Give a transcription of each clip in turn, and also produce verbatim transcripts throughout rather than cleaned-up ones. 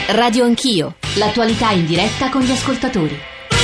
Radio Anch'io, l'attualità in diretta con gli ascoltatori.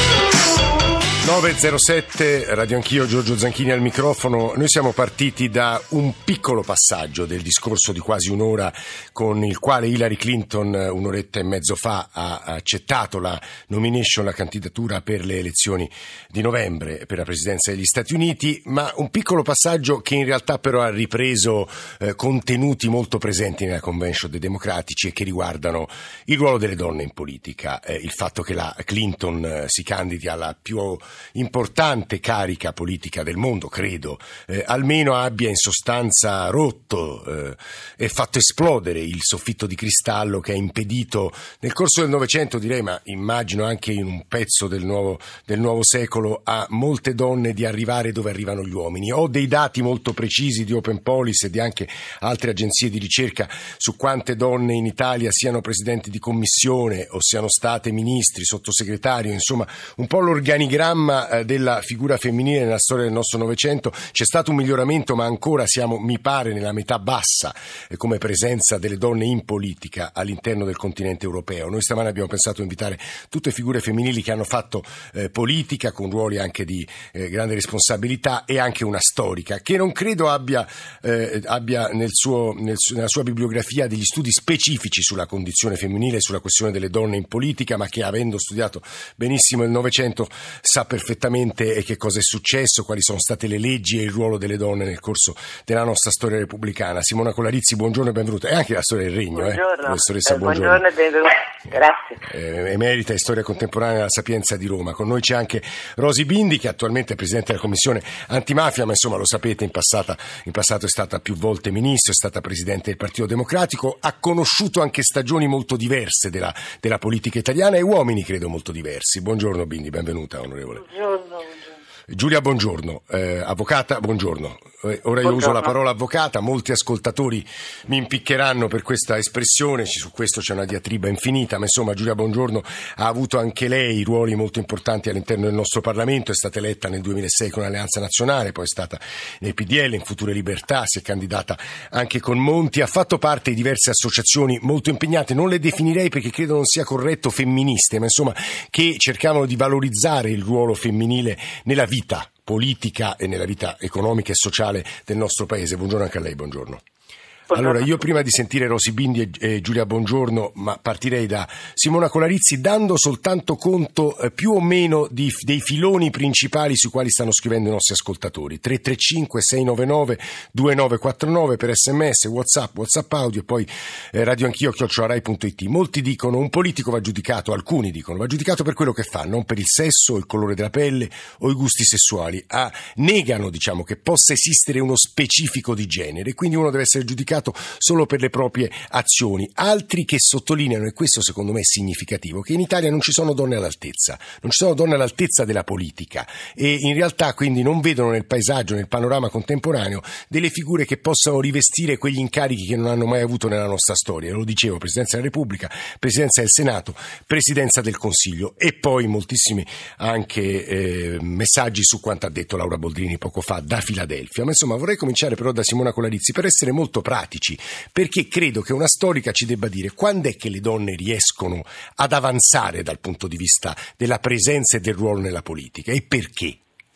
nove zero sette, Radio Anch'io, Giorgio Zanchini al microfono. Noi siamo partiti da un piccolo passaggio del discorso di quasi un'ora con il quale Hillary Clinton un'oretta e mezzo fa ha accettato la nomination, la candidatura per le elezioni di novembre per la presidenza degli Stati Uniti, ma un piccolo passaggio che in realtà però ha ripreso eh, contenuti molto presenti nella convention dei democratici e che riguardano il ruolo delle donne in politica, eh, il fatto che la Clinton eh, si candidi alla più importante carica politica del mondo, credo, eh, almeno abbia in sostanza rotto eh, e fatto esplodere il soffitto di cristallo che ha impedito nel corso del Novecento, direi, ma immagino anche in un pezzo del nuovo, del nuovo secolo, a molte donne di arrivare dove arrivano gli uomini. Ho dei dati molto precisi di Open Policy e di anche altre agenzie di ricerca su quante donne in Italia siano presidenti di commissione o siano state ministri, sottosegretari, insomma un po' l'organigramma della figura femminile nella storia del nostro Novecento. C'è stato un miglioramento, ma ancora siamo, mi pare, nella metà bassa eh, come presenza delle donne in politica all'interno del continente europeo. Noi stamane abbiamo pensato di invitare tutte figure femminili che hanno fatto eh, politica con ruoli anche di eh, grande responsabilità, e anche una storica che non credo abbia, eh, abbia nel suo, nel, nella sua bibliografia degli studi specifici sulla condizione femminile e sulla questione delle donne in politica, ma che, avendo studiato benissimo il Novecento, sa perfettamente che cosa è successo, quali sono state le leggi e il ruolo delle donne nel corso della nostra storia repubblicana. Simona Colarizzi, buongiorno e benvenuta. E anche la storia del Regno, buongiorno. eh, professoressa, eh, buongiorno. Buongiorno e benvenuta. Grazie. Eh, emerita in storia contemporanea alla Sapienza di Roma. Con noi c'è anche Rosy Bindi, che attualmente è presidente della commissione antimafia, ma insomma lo sapete, in, passata, in passato è stata più volte ministro, è stata presidente del Partito Democratico, ha conosciuto anche stagioni molto diverse della, della politica italiana e uomini credo molto diversi. Buongiorno Bindi, benvenuta onorevole. Buongiorno, buongiorno. Giulia, buongiorno, eh, avvocata, buongiorno. Eh, ora io Buongiorno. uso la parola avvocata, molti ascoltatori mi impiccheranno per questa espressione, su questo c'è una diatriba infinita, ma insomma Giulia Bongiorno ha avuto anche lei ruoli molto importanti all'interno del nostro Parlamento, è stata eletta nel duemilasei con Alleanza Nazionale, poi è stata nel P D L, in Future Libertà, si è candidata anche con Monti, ha fatto parte di diverse associazioni molto impegnate, non le definirei perché credo non sia corretto femministe, ma insomma che cercavano di valorizzare il ruolo femminile nella vita politica e nella vita economica e sociale del nostro paese. Buongiorno anche a lei, buongiorno. Allora, io prima di sentire Rosy Bindi e, e Giulia Bongiorno, ma partirei da Simona Colarizzi, dando soltanto conto eh, più o meno di, dei filoni principali sui quali stanno scrivendo i nostri ascoltatori. tre tre cinque sei nove nove due nove quattro nove per sms, whatsapp, whatsapp audio e poi eh, radio anch'io chiocciola rai punto it. Molti dicono un politico va giudicato, alcuni dicono va giudicato per quello che fa, non per il sesso, il colore della pelle o i gusti sessuali. Ah, negano, diciamo, che possa esistere uno specifico di genere, quindi uno deve essere giudicato solo per le proprie azioni. Altri che sottolineano, e questo secondo me è significativo, che in Italia non ci sono donne all'altezza, non ci sono donne all'altezza della politica e in realtà quindi non vedono nel paesaggio, nel panorama contemporaneo delle figure che possano rivestire quegli incarichi che non hanno mai avuto nella nostra storia. Lo dicevo, Presidenza della Repubblica, Presidenza del Senato, Presidenza del Consiglio, e poi moltissimi anche eh, messaggi su quanto ha detto Laura Boldrini poco fa da Filadelfia. Ma insomma vorrei cominciare però da Simona Colarizzi per essere molto pratici, perché credo che una storica ci debba dire quando è che le donne riescono ad avanzare dal punto di vista della presenza e del ruolo nella politica e perché.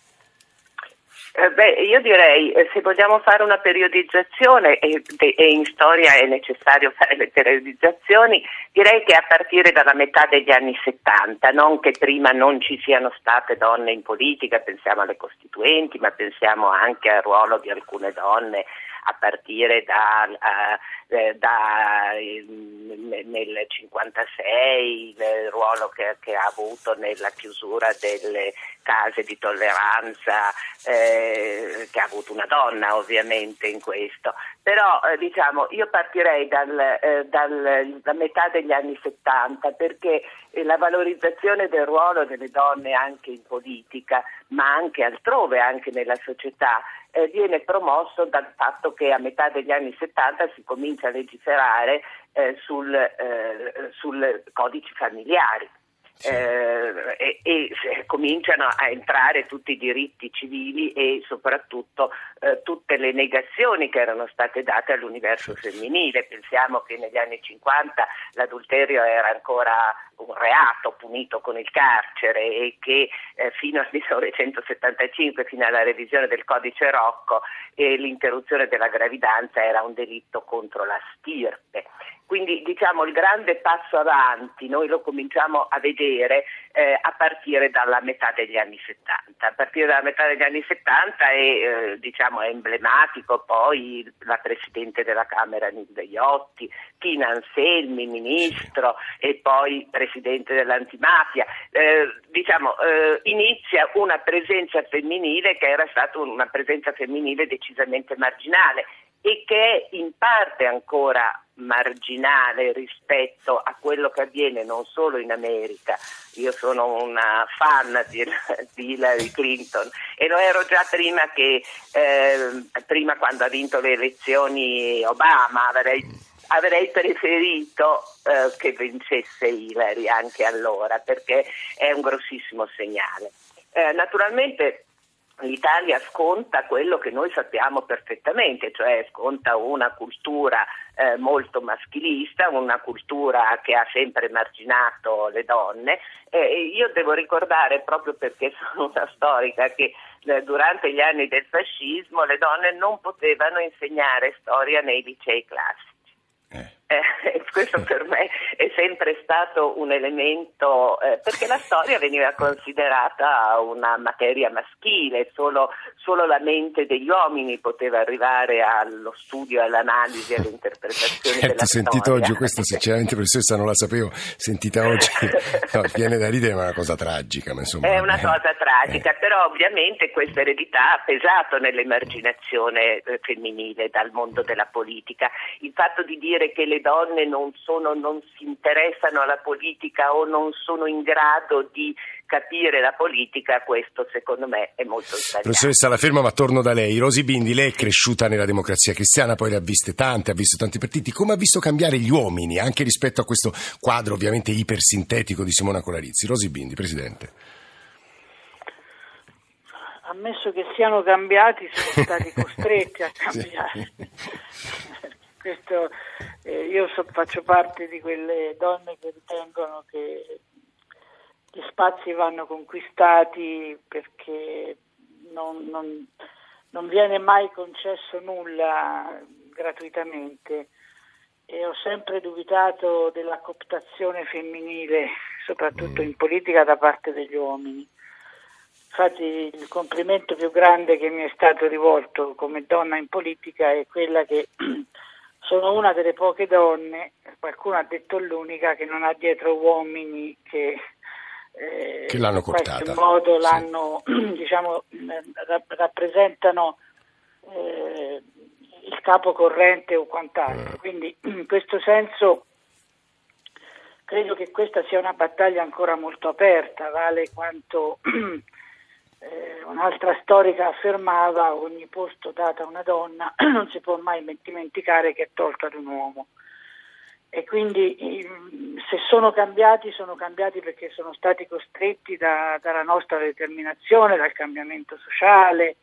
Eh beh, io direi, eh, se vogliamo fare una periodizzazione, e, e in storia è necessario fare le periodizzazioni, direi che a partire dalla metà degli anni settanta, non che prima non ci siano state donne in politica, pensiamo alle costituenti, ma pensiamo anche al ruolo di alcune donne a partire da, uh, eh, da eh, nel cinquantasei, il ruolo che, che ha avuto nella chiusura delle case di tolleranza, eh, che ha avuto una donna ovviamente in questo. Però eh, diciamo io partirei dal, eh, dal, da metà degli anni settanta, perché eh, la valorizzazione del ruolo delle donne anche in politica, ma anche altrove, anche nella società, eh, viene promosso dal fatto che a metà degli anni settanta si comincia a legiferare eh, sul, eh, sul codici familiari. Sì. Eh, e, e cominciano a entrare tutti i diritti civili e soprattutto eh, tutte le negazioni che erano state date all'universo sì. femminile. Pensiamo che negli anni cinquanta l'adulterio era ancora un reato punito con il carcere e che eh, fino al millenovecentosettantacinque, fino alla revisione del codice Rocco, eh, l'interruzione della gravidanza era un delitto contro la stirpe. Quindi diciamo il grande passo avanti noi lo cominciamo a vedere eh, a partire dalla metà degli anni settanta. A partire dalla metà degli anni settanta è, eh, diciamo, è emblematico poi la Presidente della Camera Nilde Iotti, Tina Anselmi, Ministro sì. e poi Presidente dell'Antimafia. Eh, diciamo eh, inizia una presenza femminile che era stata una presenza femminile decisamente marginale e che è in parte ancora marginale rispetto a quello che avviene non solo in America. Io sono una fan di, di Hillary Clinton e lo ero già prima che eh, prima quando ha vinto le elezioni Obama. Avrei, avrei preferito eh, che vincesse Hillary anche allora, perché è un grossissimo segnale. Eh, naturalmente l'Italia sconta quello che noi sappiamo perfettamente, cioè sconta una cultura eh, molto maschilista, una cultura che ha sempre marginato le donne. E io devo ricordare, proprio perché sono una storica, che eh, durante gli anni del fascismo le donne non potevano insegnare storia nei licei classici. Eh, questo per me è sempre stato un elemento, eh, perché la storia veniva considerata una materia maschile, solo, solo la mente degli uomini poteva arrivare allo studio, all'analisi, all'interpretazione certo, della sentito storia. Oggi, questa sinceramente professoressa non la sapevo, sentita oggi no, viene da ridere, ma è una cosa tragica. Ma insomma, è una eh, cosa tragica, eh. però ovviamente questa eredità ha pesato nell'emarginazione eh, femminile dal mondo della politica. Il fatto di dire che le donne non sono, non si interessano alla politica o non sono in grado di capire la politica, questo secondo me è molto sbagliato. Professoressa, la fermo, ma torno da lei. Rosy Bindi, lei è cresciuta nella Democrazia Cristiana, poi le ha viste tante, ha visto tanti partiti. Come ha visto cambiare gli uomini, anche rispetto a questo quadro ovviamente ipersintetico di Simona Colarizzi? Rosy Bindi, Presidente. Ammesso che siano cambiati, sono stati costretti a cambiare. Sì. Questo, eh, io so, faccio parte di quelle donne che ritengono che gli spazi vanno conquistati perché non, non, non viene mai concesso nulla gratuitamente, e ho sempre dubitato della cooptazione femminile, soprattutto in politica, da parte degli uomini. Infatti il complimento più grande che mi è stato rivolto come donna in politica è quella che sono una delle poche donne, qualcuno ha detto l'unica, che non ha dietro uomini che, eh, che l'hanno in qualche cooptata. modo sì. l'hanno, diciamo, rappresentano eh, il capo corrente o quant'altro. Quindi in questo senso credo che questa sia una battaglia ancora molto aperta, vale quanto eh, un'altra storica affermava: ogni posto dato a una donna non si può mai dimenticare che è tolto ad un uomo. E quindi se sono cambiati, sono cambiati perché sono stati costretti da, dalla nostra determinazione, dal cambiamento sociale.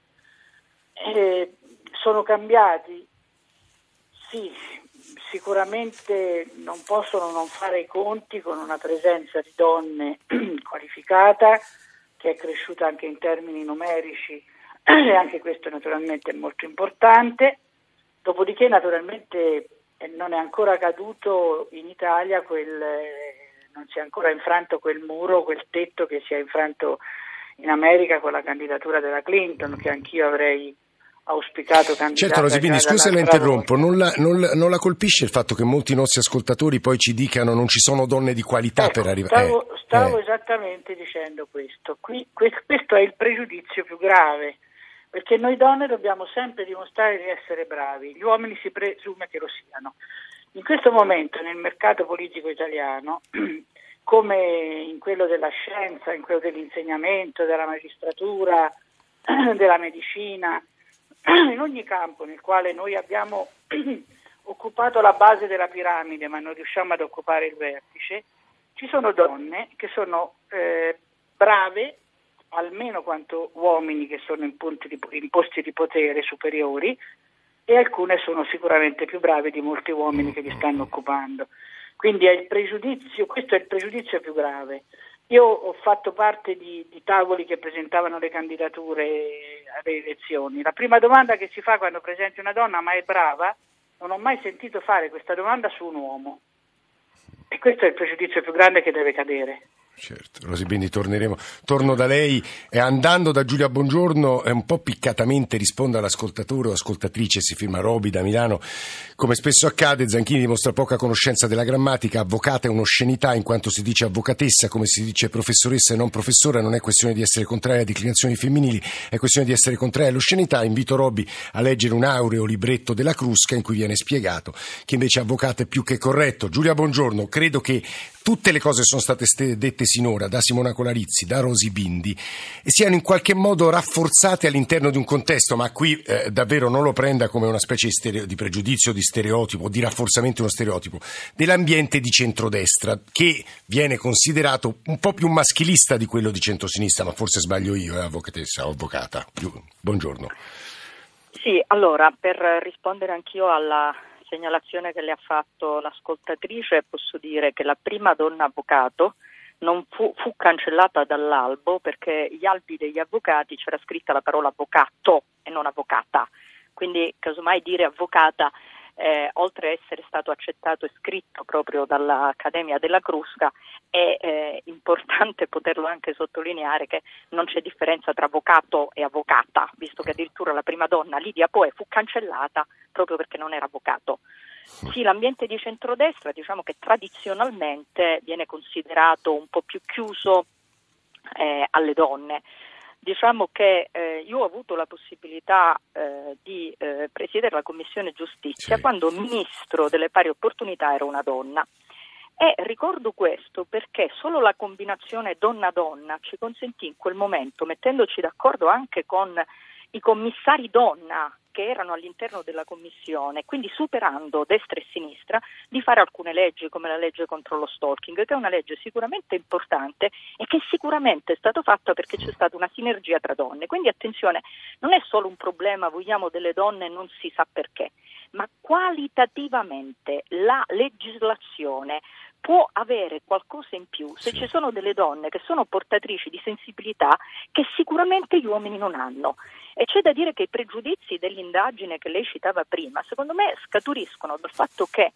E sono cambiati, sì, sicuramente non possono non fare i conti con una presenza di donne qualificata, che è cresciuta anche in termini numerici, e anche questo naturalmente è molto importante. Dopodiché naturalmente non è ancora caduto in Italia quel, non si è ancora infranto quel muro, quel tetto che si è infranto in America con la candidatura della Clinton, che anch'io avrei auspicato candidata. Certo, Rosy Bindi, scusa se la interrompo, non la, non, la, non la colpisce il fatto che molti nostri ascoltatori poi ci dicano non ci sono donne di qualità ecco, per arrivare... Stavo, eh, stavo eh. esattamente dicendo questo. Qui, questo è il pregiudizio più grave, perché noi donne dobbiamo sempre dimostrare di essere bravi, gli uomini si presume che lo siano. In questo momento nel mercato politico italiano, come in quello della scienza, in quello dell'insegnamento, della magistratura, della medicina, in ogni campo nel quale noi abbiamo occupato la base della piramide ma non riusciamo ad occupare il vertice, ci sono donne che sono eh, brave almeno quanto uomini che sono in, punti di, in posti di potere superiori, e alcune sono sicuramente più brave di molti uomini che li stanno occupando. Quindi è il pregiudizio, questo è il pregiudizio più grave. Io ho fatto parte di, di tavoli che presentavano le candidature alle elezioni. La prima domanda che si fa quando presenti una donna, ma è brava, non ho mai sentito fare questa domanda su un uomo. E questo è il pregiudizio più grande che deve cadere. Certo, Rosy Bindi, torneremo. Torno da lei e andando da Giulia Bongiorno, un po' piccatamente risponde all'ascoltatore o ascoltatrice, si firma Roby da Milano. Come spesso accade, Zanchini dimostra poca conoscenza della grammatica. Avvocata è un'oscenità in quanto si dice avvocatessa, come si dice professoressa e non professora. Non è questione di essere contraria a declinazioni femminili, è questione di essere contraria all'oscenità. Invito Roby a leggere un aureo libretto della Crusca in cui viene spiegato che invece avvocato è più che corretto. Giulia Bongiorno, credo che tutte le cose sono state dette sinora da Simona Colarizzi, da Rosy Bindi, e siano in qualche modo rafforzate all'interno di un contesto, ma qui eh, davvero non lo prenda come una specie di, stereo, di pregiudizio, di stereotipo, di rafforzamento di uno stereotipo, dell'ambiente di centrodestra, che viene considerato un po' più maschilista di quello di centrosinistra, ma forse sbaglio io, eh, avvocatessa o avvocata. Buongiorno. Sì, allora, per rispondere anch'io alla segnalazione che le ha fatto l'ascoltatrice, posso dire che la prima donna avvocato non fu, fu cancellata dall'albo perché gli albi degli avvocati c'era scritta la parola avvocato e non avvocata, quindi casomai dire avvocata, eh, oltre a essere stato accettato e scritto proprio dall'Accademia della Crusca, è eh, importante poterlo anche sottolineare che non c'è differenza tra avvocato e avvocata, visto che addirittura la prima donna, Lidia Poe, fu cancellata proprio perché non era avvocato. Sì, l'ambiente di centrodestra, diciamo che tradizionalmente viene considerato un po' più chiuso eh, alle donne. Diciamo che eh, io ho avuto la possibilità eh, di eh, presiedere la Commissione Giustizia sì. quando ministro delle pari opportunità era una donna. E ricordo questo perché solo la combinazione donna-donna ci consentì in quel momento, mettendoci d'accordo anche con i commissari donna che erano all'interno della commissione, quindi superando destra e sinistra, di fare alcune leggi come la legge contro lo stalking, che è una legge sicuramente importante e che sicuramente è stata fatta perché c'è stata una sinergia tra donne. Quindi attenzione, non è solo un problema, vogliamo, delle donne, non si sa perché, ma qualitativamente la legislazione può avere qualcosa in più se ci sono delle donne che sono portatrici di sensibilità che sicuramente gli uomini non hanno. E c'è da dire che i pregiudizi dell'indagine che lei citava prima, secondo me, scaturiscono dal fatto che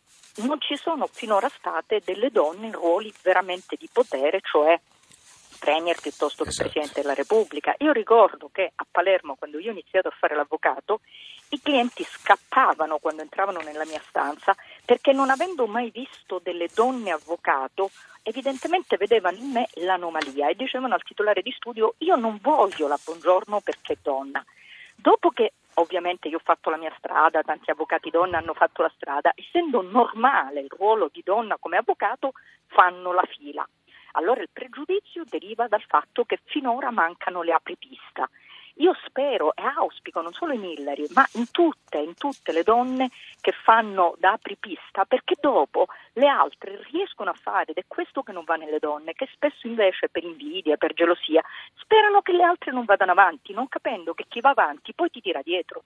non ci sono finora state delle donne in ruoli veramente di potere, cioè premier piuttosto che esatto. Presidente della Repubblica. Io ricordo che a Palermo, quando io ho iniziato a fare l'avvocato, i clienti scappavano quando entravano nella mia stanza perché, non avendo mai visto delle donne avvocato, evidentemente vedevano in me l'anomalia e dicevano al titolare di studio: io non voglio la Bongiorno perché è donna. Dopo che ovviamente io ho fatto la mia strada, tanti avvocati donna hanno fatto la strada, essendo normale il ruolo di donna come avvocato, fanno la fila. Allora il pregiudizio deriva dal fatto che finora mancano le apripista. Io spero e auspico non solo in Hillary, ma in tutte, in tutte le donne che fanno da apripista, perché dopo le altre riescono a fare, ed è questo che non va nelle donne, che spesso invece per invidia, per gelosia, sperano che le altre non vadano avanti, non capendo che chi va avanti poi ti tira dietro.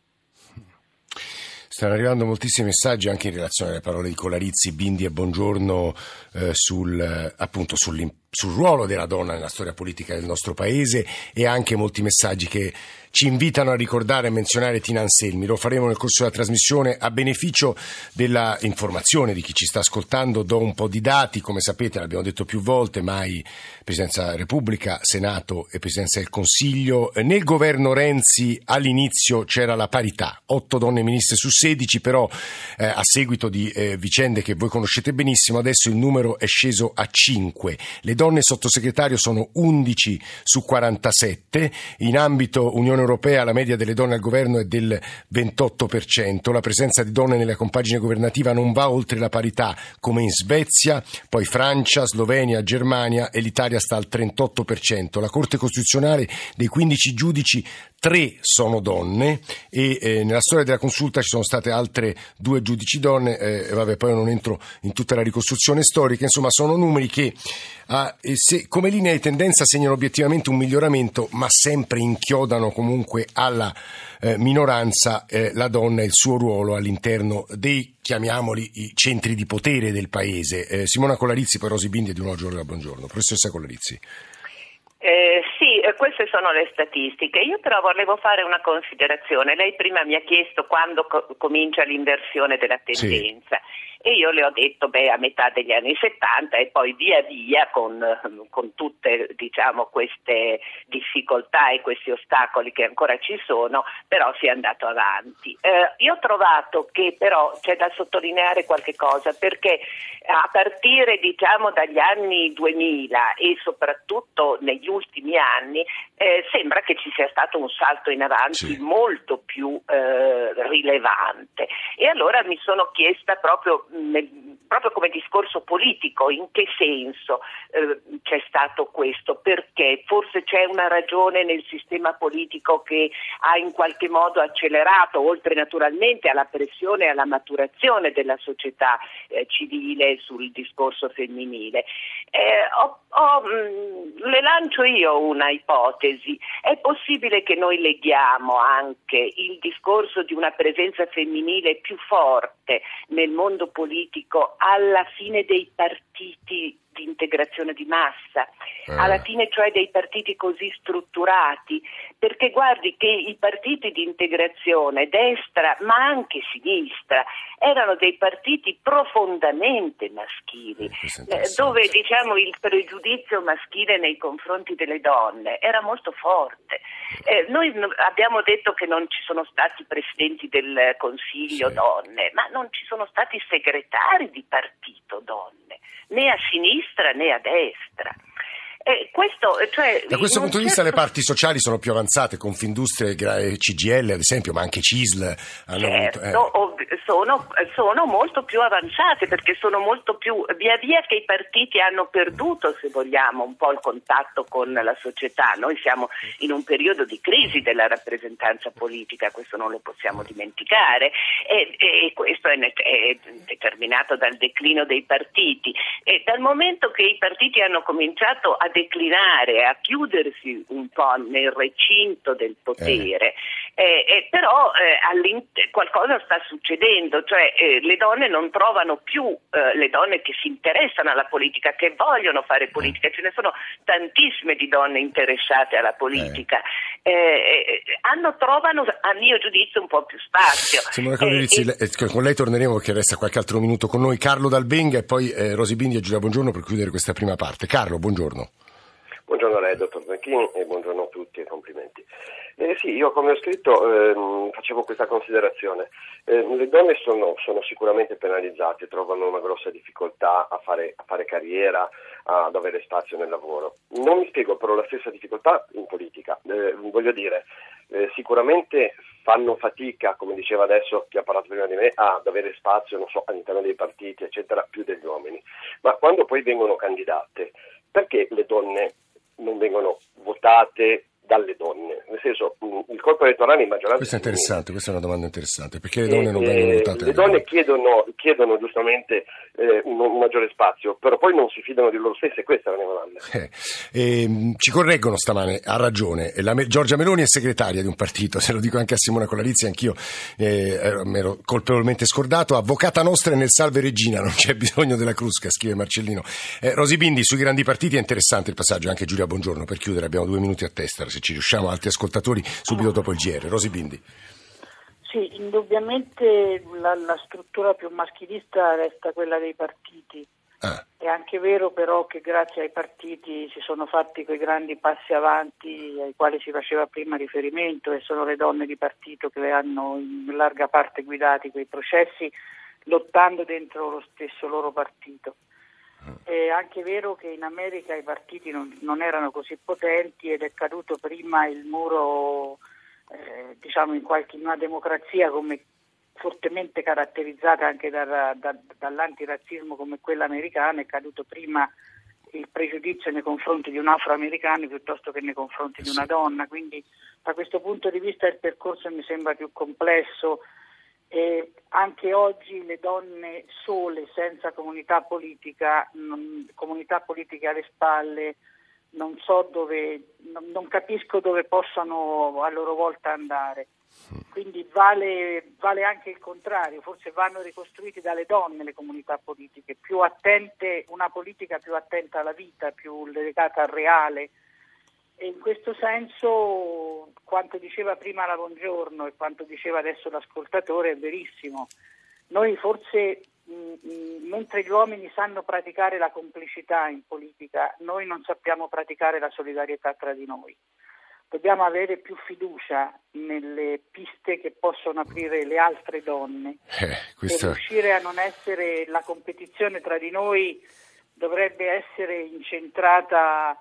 Stanno arrivando moltissimi messaggi anche in relazione alle parole di Colarizzi, Bindi e Bongiorno eh, sul, eh, appunto sul ruolo della donna nella storia politica del nostro paese, e anche molti messaggi che ci invitano a ricordare e menzionare Tina Anselmi. Lo faremo nel corso della trasmissione. A beneficio della informazione di chi ci sta ascoltando do un po' di dati. Come sapete, l'abbiamo detto più volte, mai Presidenza della Repubblica, Senato e Presidenza del Consiglio. Nel governo Renzi all'inizio c'era la parità, otto donne ministre su sedici, però eh, a seguito di eh, vicende che voi conoscete benissimo adesso il numero è sceso a cinque. Le donne sottosegretario sono undici su quarantasette. In ambito Unione Europea la media delle donne al governo è del ventotto per cento. La presenza di donne nella compagine governativa non va oltre la parità, come in Svezia, poi Francia, Slovenia, Germania, e l'Italia sta al trentotto per cento. La Corte Costituzionale, dei quindici giudici, tre sono donne e eh, nella storia della consulta ci sono state altre due giudici donne, eh, vabbè, poi non entro in tutta la ricostruzione storica, insomma sono numeri che ah, se, come linea di tendenza segnano obiettivamente un miglioramento, ma sempre inchiodano comunque alla eh, minoranza eh, la donna e il suo ruolo all'interno dei, chiamiamoli, i centri di potere del paese. Eh, Simona Colarizzi, poi Rosi Bindi e di nuovo Giorgio Buongiorno. Professoressa Colarizzi. Eh, sì, eh, queste sono le statistiche. Io però volevo fare una considerazione. Lei prima mi ha chiesto quando co- comincia l'inversione della tendenza. Sì. E io le ho detto, beh, a metà degli anni settanta e poi via via con, con tutte, diciamo, queste difficoltà e questi ostacoli che ancora ci sono, però si è andato avanti. Eh, io ho trovato che però c'è da sottolineare qualche cosa, perché a partire, diciamo, dagli anni duemila e soprattutto negli ultimi anni eh, sembra che ci sia stato un salto in avanti sì. molto più eh, rilevante. E allora mi sono chiesta proprio proprio come discorso politico, in che senso eh, c'è stato questo? Perché forse c'è una ragione nel sistema politico che ha in qualche modo accelerato, oltre naturalmente alla pressione e alla maturazione della società eh, civile sul discorso femminile. Eh, ho, ho, mh, le lancio io una ipotesi. È possibile che noi leghiamo anche il discorso di una presenza femminile più forte nel mondo politico alla fine dei partiti di integrazione di massa, eh. alla fine cioè dei partiti così strutturati, perché guardi che i partiti di integrazione, destra ma anche sinistra, erano dei partiti profondamente maschili, eh, dove diciamo il pregiudizio maschile nei confronti delle donne era molto forte. Eh, noi abbiamo detto che non ci sono stati presidenti del Consiglio sì. donne, ma non ci sono stati segretari di partito donne, né a sinistra né a destra. Eh, questo, cioè, da questo punto di vista certo... le parti sociali sono più avanzate, Confindustria e C G I L ad esempio, ma anche C I S L hanno certo, avuto, eh. sono, sono molto più avanzate, perché sono molto più, via via che i partiti hanno perduto, se vogliamo, un po' il contatto con la società. Noi siamo in un periodo di crisi della rappresentanza politica, questo non lo possiamo dimenticare, e, e questo è, è determinato dal declino dei partiti, e dal momento che i partiti hanno cominciato a declinare, a chiudersi un po' nel recinto del potere, eh. Eh, eh, però eh, qualcosa sta succedendo, cioè eh, le donne non trovano più eh, le donne che si interessano alla politica, che vogliono fare politica, ce ne sono tantissime di donne interessate alla politica, eh. Eh, hanno trovano a mio giudizio un po' più spazio. Simona Colarizzi, eh, eh, con lei torneremo perché resta qualche altro minuto con noi. Carlo Dalbenga e poi eh, Rosi Bindi e Giulia Buongiorno per chiudere questa prima parte. Carlo, buongiorno. Buongiorno a lei, dottor Zanchini, e buongiorno a tutti e complimenti. Eh, sì, io come ho scritto ehm, facevo questa considerazione. Eh, le donne sono, sono sicuramente penalizzate, trovano una grossa difficoltà a fare, a fare carriera, ad avere spazio nel lavoro. Non mi spiego però la stessa difficoltà in politica. Eh, voglio dire, eh, sicuramente fanno fatica, come diceva adesso chi ha parlato prima di me, ad avere spazio, non so, all'interno dei partiti, eccetera, più degli uomini. Ma quando poi vengono candidate, perché le donne non vengono votate dalle donne? Nel senso, il corpo elettorale in maggioranza... Questo è interessante, questa è una domanda interessante, perché le donne eh, non vengono votate? Le donne chiedono, chiedono giustamente eh, un, un maggiore spazio, però poi non si fidano di loro stesse, questa è la mia domanda. Eh, eh, ci correggono stamane, ha ragione, la, Giorgia Meloni è segretaria di un partito, se lo dico anche a Simona Colarizzi, anch'io eh, mi ero colpevolmente scordato, avvocata nostra nel Salve Regina, non c'è bisogno della crusca, scrive Marcellino. Eh, Rosi Bindi, sui grandi partiti è interessante il passaggio, anche Giulia Buongiorno, per chiudere abbiamo due minuti a testa, se ci riusciamo, altri ascoltatori subito dopo il G R. Rosi Bindi. Sì, indubbiamente la, la struttura più maschilista resta quella dei partiti. Ah. È anche vero però che grazie ai partiti si sono fatti quei grandi passi avanti ai quali si faceva prima riferimento, e sono le donne di partito che le hanno in larga parte guidati quei processi, lottando dentro lo stesso loro partito. È anche vero che in America i partiti non, non erano così potenti ed è caduto prima il muro, eh, diciamo in, qualche, in una democrazia come fortemente caratterizzata anche da, da, dall'antirazzismo come quella americana, è caduto prima il pregiudizio nei confronti di un afroamericano piuttosto che nei confronti di una donna, quindi da questo punto di vista il percorso mi sembra più complesso. E anche oggi le donne sole, senza comunità politica, non, comunità politiche alle spalle, non so dove, non, non capisco dove possano a loro volta andare. Quindi vale, vale anche il contrario, forse vanno ricostruiti dalle donne le comunità politiche, più attente, una politica più attenta alla vita, più legata al reale. E in questo senso quanto diceva prima la Bongiorno e quanto diceva adesso l'ascoltatore è verissimo. Noi forse mh, mh, mentre gli uomini sanno praticare la complicità in politica, noi non sappiamo praticare la solidarietà tra di noi. Dobbiamo avere più fiducia nelle piste che possono aprire le altre donne. Eh, questa... Per riuscire a non essere, la competizione tra di noi dovrebbe essere incentrata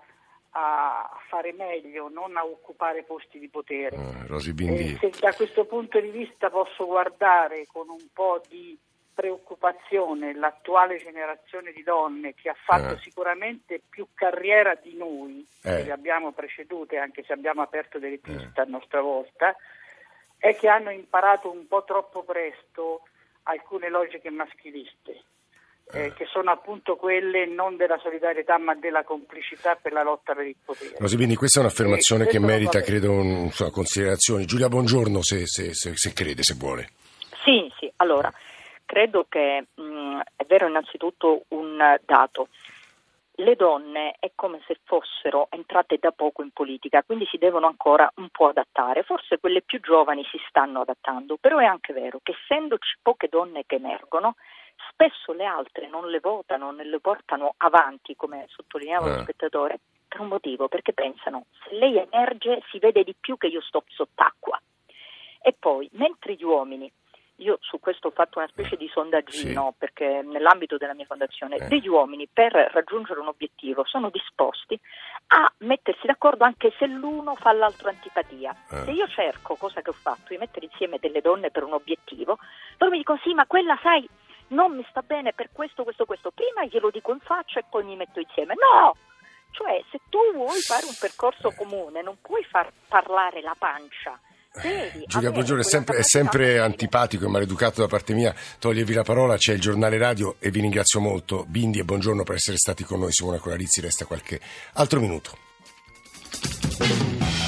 a fare meglio, non a occupare posti di potere. Uh, Rosy Bindi. E se da questo punto di vista posso guardare con un po' di preoccupazione l'attuale generazione di donne che ha fatto uh. sicuramente più carriera di noi, eh. che le abbiamo precedute, anche se abbiamo aperto delle piste eh. a nostra volta, è che hanno imparato un po' troppo presto alcune logiche maschiliste. Eh, che sono appunto quelle non della solidarietà ma della complicità per la lotta per il potere. Rosy Bindi, questa è un'affermazione eh, che merita, credo, un, insomma, considerazioni. Giulia Bongiorno, se, se, se, se crede, se vuole. Sì, sì, allora, credo che mh, è vero innanzitutto un dato. Le donne è come se fossero entrate da poco in politica, quindi si devono ancora un po' adattare. Forse quelle più giovani si stanno adattando, però è anche vero che essendoci poche donne che emergono, spesso le altre non le votano, non le portano avanti, come sottolineava eh. lo spettatore, per un motivo, perché pensano, se lei emerge si vede di più che io sto sott'acqua. E poi, mentre gli uomini, io su questo ho fatto una specie di sondaggino, sì. perché nell'ambito della mia fondazione, eh. degli uomini per raggiungere un obiettivo sono disposti a mettersi d'accordo anche se l'uno fa all'altro antipatia. Eh. Se io cerco, cosa che ho fatto, di mettere insieme delle donne per un obiettivo, loro mi dicono sì, ma quella sai, non mi sta bene per questo, questo, questo, prima glielo dico in faccia e poi mi metto insieme. No! Cioè, se tu vuoi fare un percorso comune, non puoi far parlare la pancia. Devi Giulia Bongiorno, è sempre, è sempre antipatico e maleducato da parte mia togliervi la parola. C'è il giornale radio e vi ringrazio molto, Bindi e Bongiorno, per essere stati con noi. Simona Colarizzi, resta qualche altro minuto.